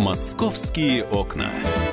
«Московские окна».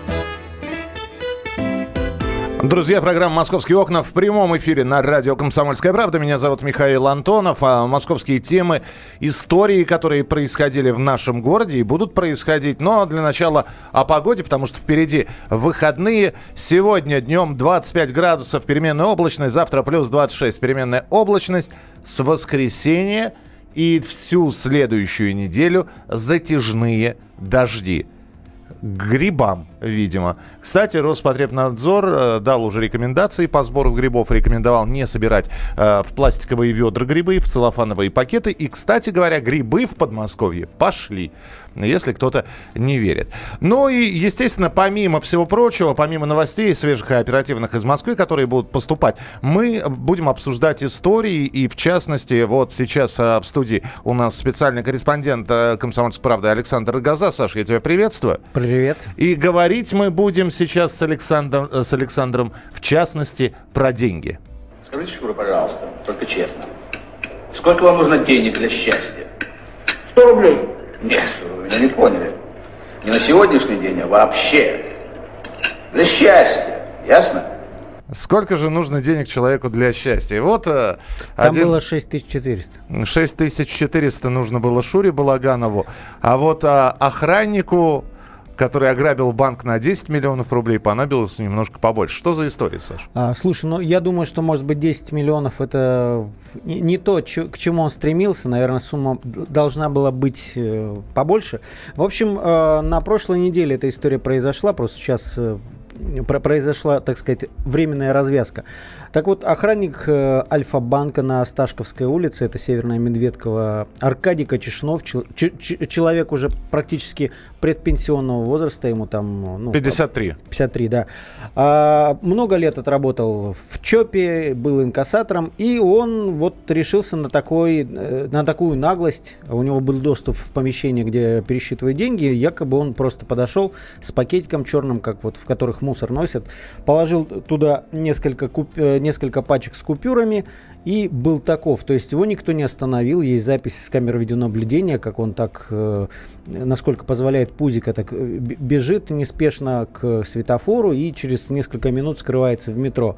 Друзья, программа «Московские окна» в прямом эфире на радио «Комсомольская правда». Меня зовут Михаил Антонов. А московские темы, истории, которые происходили в нашем городе и будут происходить. Но для начала о погоде, потому что впереди выходные. Сегодня днем 25 градусов, переменная облачность. Завтра плюс 26, переменная облачность. С воскресенья и всю следующую неделю затяжные дожди. К грибам, видимо. Кстати, Роспотребнадзор дал уже рекомендации по сбору грибов. Рекомендовал не собирать в пластиковые ведра грибы, в целлофановые пакеты. И, кстати говоря, грибы в Подмосковье пошли, если кто-то не верит. Ну и, естественно, помимо всего прочего, помимо новостей свежих и оперативных из Москвы, которые будут поступать, мы будем обсуждать истории. И, в частности, вот сейчас в студии у нас специальный корреспондент «Комсомольской правды» Александр Рогоза. Саша, я тебя приветствую. Привет. И говорить мы будем сейчас с Александром, в частности, про деньги. Скажите, Шура, пожалуйста, только честно. Сколько вам нужно денег для счастья? 100 рублей. Нет, вы меня не поняли. Не на сегодняшний день, а вообще. Для счастья. Ясно? Сколько же нужно денег человеку для счастья? Вот Там было 6400. 6400 нужно было Шуре Балаганову. А вот охраннику, который ограбил банк на 10 миллионов рублей, понадобилось немножко побольше. Что за история, Саша? Слушай, ну я думаю, что, может быть, 10 миллионов это не то, к чему он стремился. Наверное, сумма должна была быть побольше. В общем, на прошлой неделе эта история произошла. Просто сейчас произошла, так сказать, временная развязка. Так вот, охранник Альфа-банка на Осташковской улице, это Северная Медведково, Аркадий Кочешнов, человек уже практически предпенсионного возраста, ему там... 53. 53, да. Много лет отработал в ЧОПе, был инкассатором, и он вот решился на такую наглость. У него был доступ в помещение, где пересчитывают деньги, якобы он просто подошел с пакетиком черным, как вот в которых мусор носят, положил туда несколько пачек с купюрами и был таков. То есть его никто не остановил. Есть запись с камер видеонаблюдения, как он так, насколько позволяет пузико, так бежит неспешно к светофору и через несколько минут скрывается в метро.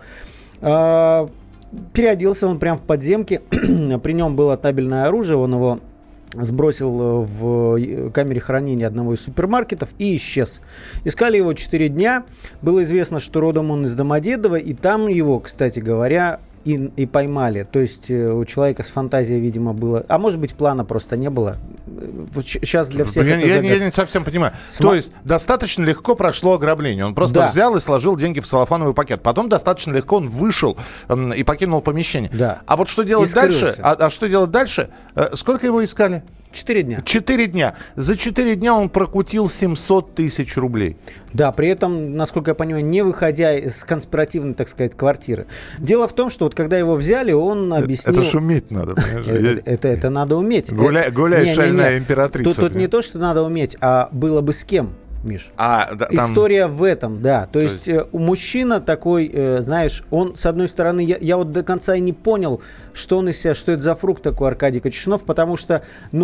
Переоделся он прямо в подземке. При нем было табельное оружие, он его сбросил в камере хранения одного из супермаркетов и исчез. Искали его 4 дня. Было известно, что родом он из Домодедово, и там его, кстати говоря, и поймали. То есть у человека с фантазией, видимо, было... А может быть, плана просто не было. Сейчас для всех я не совсем понимаю. То есть достаточно легко прошло ограбление. Он просто взял и сложил деньги в целлофановый пакет. Потом достаточно легко он вышел и покинул помещение. Да. А вот что делать дальше? А что делать дальше? Сколько его искали? 4 дня. 4 дня. За 4 дня он прокутил 700 тысяч рублей. Да, при этом, насколько я понимаю, не выходя из конспиративной, так сказать, квартиры. Дело в том, что вот когда его взяли, он объяснил... Это ж уметь надо, понимаешь? Это надо уметь. Гуляй, шальная императрица. Тут не то, что надо уметь, а было бы с кем. Миш. История в этом, да. То есть мужчина такой, знаешь, он, с одной стороны, я вот до конца и не понял, что он из себя, что это за фрукт такой Аркадий Кочешнов, потому что,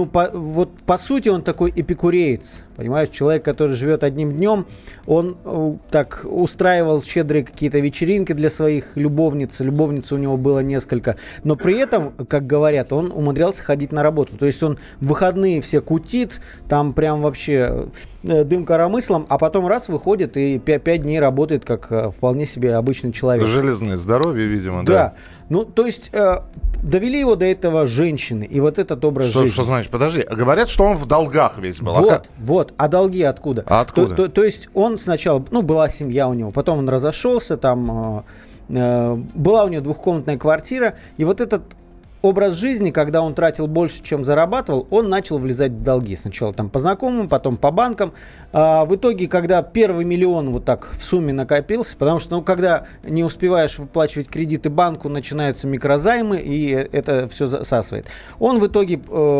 по сути, он такой эпикуреец, понимаешь, человек, который живет одним днем, он так устраивал щедрые какие-то вечеринки для своих любовниц у него было несколько, но при этом, как говорят, он умудрялся ходить на работу, то есть он в выходные все кутит, там прям вообще дым коромыслом, а потом раз выходит и 5 дней работает как вполне себе обычный человек. Железное здоровье, видимо, да. Ну, то есть довели его до этого женщины, и вот этот образ жизни. Что значит? Подожди, говорят, что он в долгах весь был. А долги откуда? Откуда? То есть он сначала, была семья у него, потом он разошелся, там была у него двухкомнатная квартира, и вот этот образ жизни, когда он тратил больше, чем зарабатывал, он начал влезать в долги. Сначала там по знакомым, потом по банкам. В итоге, когда первый миллион вот так в сумме накопился, потому что, когда не успеваешь выплачивать кредиты банку, начинаются микрозаймы, и это все засасывает. Он в итоге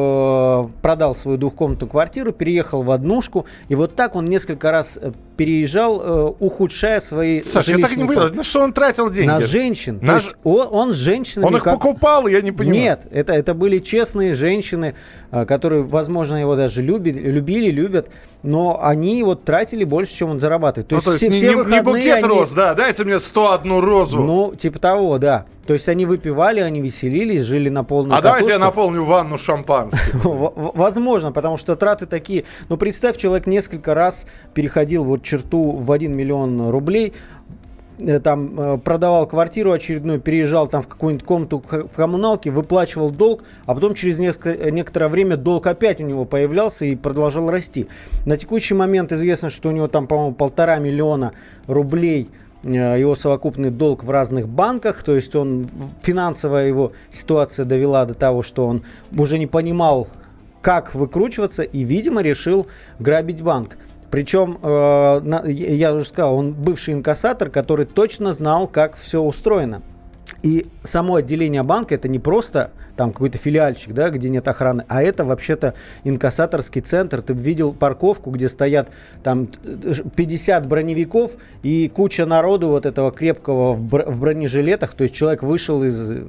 продал свою двухкомнатную квартиру, переехал в однушку, и вот так он несколько раз переезжал, ухудшая свои жилищные... Саша, я так не понял, на что он тратил деньги? На женщин. Он с женщинами... Он их покупал, я не понимаю. Нет, это были честные женщины, которые, возможно, его даже любили, любят, но они вот тратили больше, чем он зарабатывает. То есть все выходные не букет роз, да, дайте мне 101 розу. Ну, типа того, да. То есть они выпивали, они веселились, жили на полную катушку. Давайте я наполню ванну шампанским. Возможно, потому что траты такие. Ну, представь, человек несколько раз переходил вот черту в 1 миллион рублей, там продавал квартиру очередную, переезжал там в какую-нибудь комнату в коммуналке, выплачивал долг, а потом через некоторое время долг опять у него появлялся и продолжал расти. На текущий момент известно, что у него там, по-моему, 1,5 миллиона рублей его совокупный долг в разных банках, то есть финансовая его ситуация довела до того, что он уже не понимал, как выкручиваться, и, видимо, решил грабить банк. Причем, я уже сказал, он бывший инкассатор, который точно знал, как все устроено. И само отделение банка — это не просто там какой-то филиальчик, да, где нет охраны, а это вообще-то инкассаторский центр. Ты видел парковку, где стоят там 50 броневиков и куча народу вот этого крепкого в бронежилетах. То есть человек вышел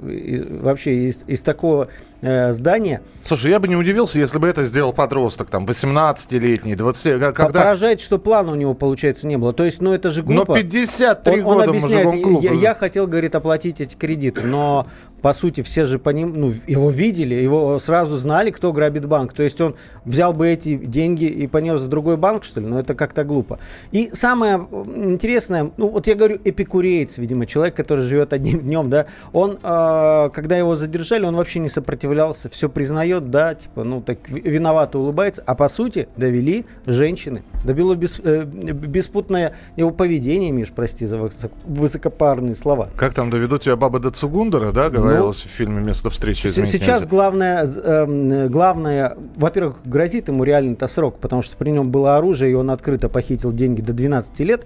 из такого здания. Слушай, я бы не удивился, если бы это сделал подросток, там, 18-летний, 20... Поражает, что плана у него, получается, не было. То есть, это же глупо. Но 53 года он объясняет, клуб. Я хотел, говорит, оплатить эти кредиты, но по сути все же его видели, его сразу знали, кто грабит банк. То есть он взял бы эти деньги и понес в другой банк, что ли? Это как-то глупо. И самое интересное, вот я говорю, эпикуреец, видимо, человек, который живет одним днем, да, он, когда его задержали, он вообще не сопротивлялся, все признает, да, типа, так виновато улыбается, а по сути довели женщины, довело беспутное его поведение, Миш, прости за высокопарные слова. Как там доведут тебя баба до Цугундера, да, говорилось в фильме «Место встречи изменить сейчас нельзя». главное, во-первых, грозит ему реально-то срок, потому что при нем было оружие, и он открыто похитил деньги до 12 лет.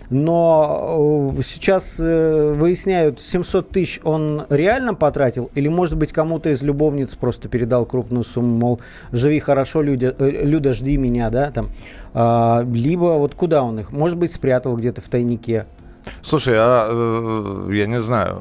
Но сейчас выясняют, 700 тысяч он реально потратил, или, может быть, кому-то из любовниц просто передал крупную сумму, мол, живи хорошо, Люда, жди меня, да, там. Либо вот куда он их, может быть, спрятал где-то в тайнике. Слушай, я не знаю,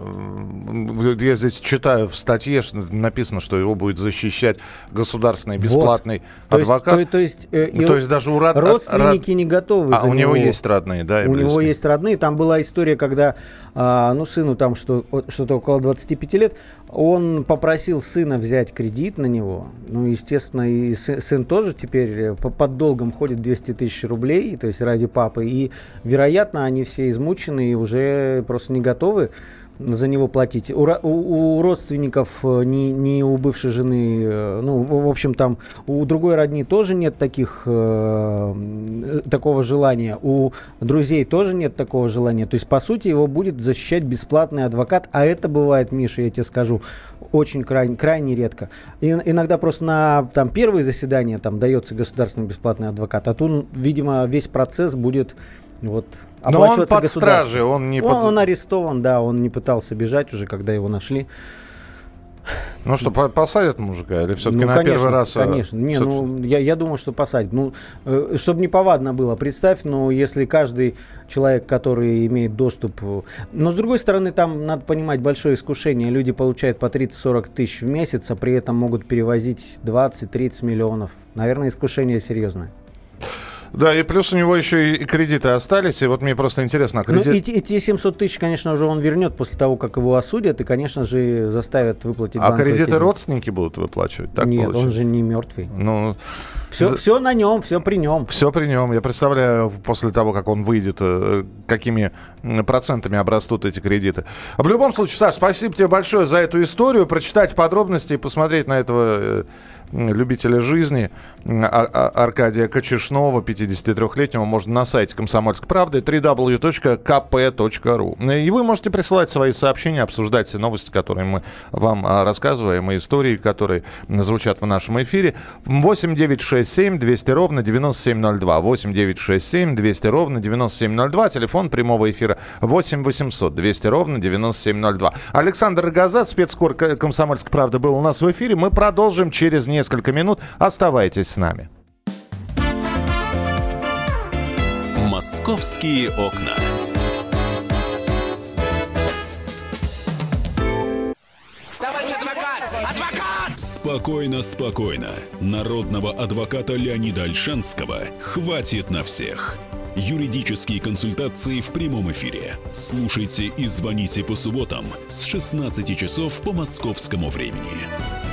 я здесь читаю в статье, что написано, что его будет защищать государственный бесплатный адвокат. То есть даже родственники не готовы за него. У него есть родные, да, и близкие. У него есть родные. Там была история, когда сыну там что-то около 25 лет, он попросил сына взять кредит на него. Естественно, и сын тоже теперь под долгом ходит 200 тысяч рублей, то есть ради папы. И, вероятно, они все измучены и уже просто не готовы за него платить. У родственников, ни у бывшей жены, в общем, там у другой родни тоже нет такого желания, у друзей тоже нет такого желания. То есть, по сути, его будет защищать бесплатный адвокат, а это бывает, Миша, я тебе скажу, очень крайне редко. И иногда просто на первые заседания дается государственный бесплатный адвокат, а тут, видимо, весь процесс будет но он под стражей, он арестован, да, он не пытался бежать уже, когда его нашли. Ну что, посадят мужика или все-таки на первый раз? Конечно, я думаю, что посадят. Чтобы не повадно было, представь, если каждый человек, который имеет доступ... Но, с другой стороны, там, надо понимать, большое искушение. Люди получают по 30-40 тысяч в месяц, а при этом могут перевозить 20-30 миллионов. Наверное, искушение серьезное. Да, и плюс у него еще и кредиты остались, и вот мне просто интересно. Эти 700 тысяч, конечно, уже он вернет после того, как его осудят, и, конечно же, заставят выплатить банку. А кредиты родственники будут выплачивать? Так нет, получается? Он же не мертвый. Все на нем, все при нем. Все при нем. Я представляю, после того, как он выйдет, какими процентами обрастут эти кредиты. В любом случае, Саш, спасибо тебе большое за эту историю. Прочитать подробности и посмотреть на этого любителя жизни Аркадия Кочешнова, 53-летнего, можно на сайте «Комсомольской правды» www.kp.ru. И вы можете присылать свои сообщения, обсуждать все новости, которые мы вам рассказываем, и истории, которые звучат в нашем эфире. 8-967 200 ровно 9702. 8-967 200 ровно 9702. Телефон прямого эфира 8-800 200 ровно 9702. Александр Рогоза, спецкор «Комсомольской правды», был у нас в эфире. Мы продолжим через несколько минут. Оставайтесь с нами. «Московские окна». Товарищ адвокат, Спокойно, спокойно. Народного адвоката Леонида Ольшанского хватит на всех. Юридические консультации в прямом эфире. Слушайте и звоните по субботам с 16 часов по московскому времени.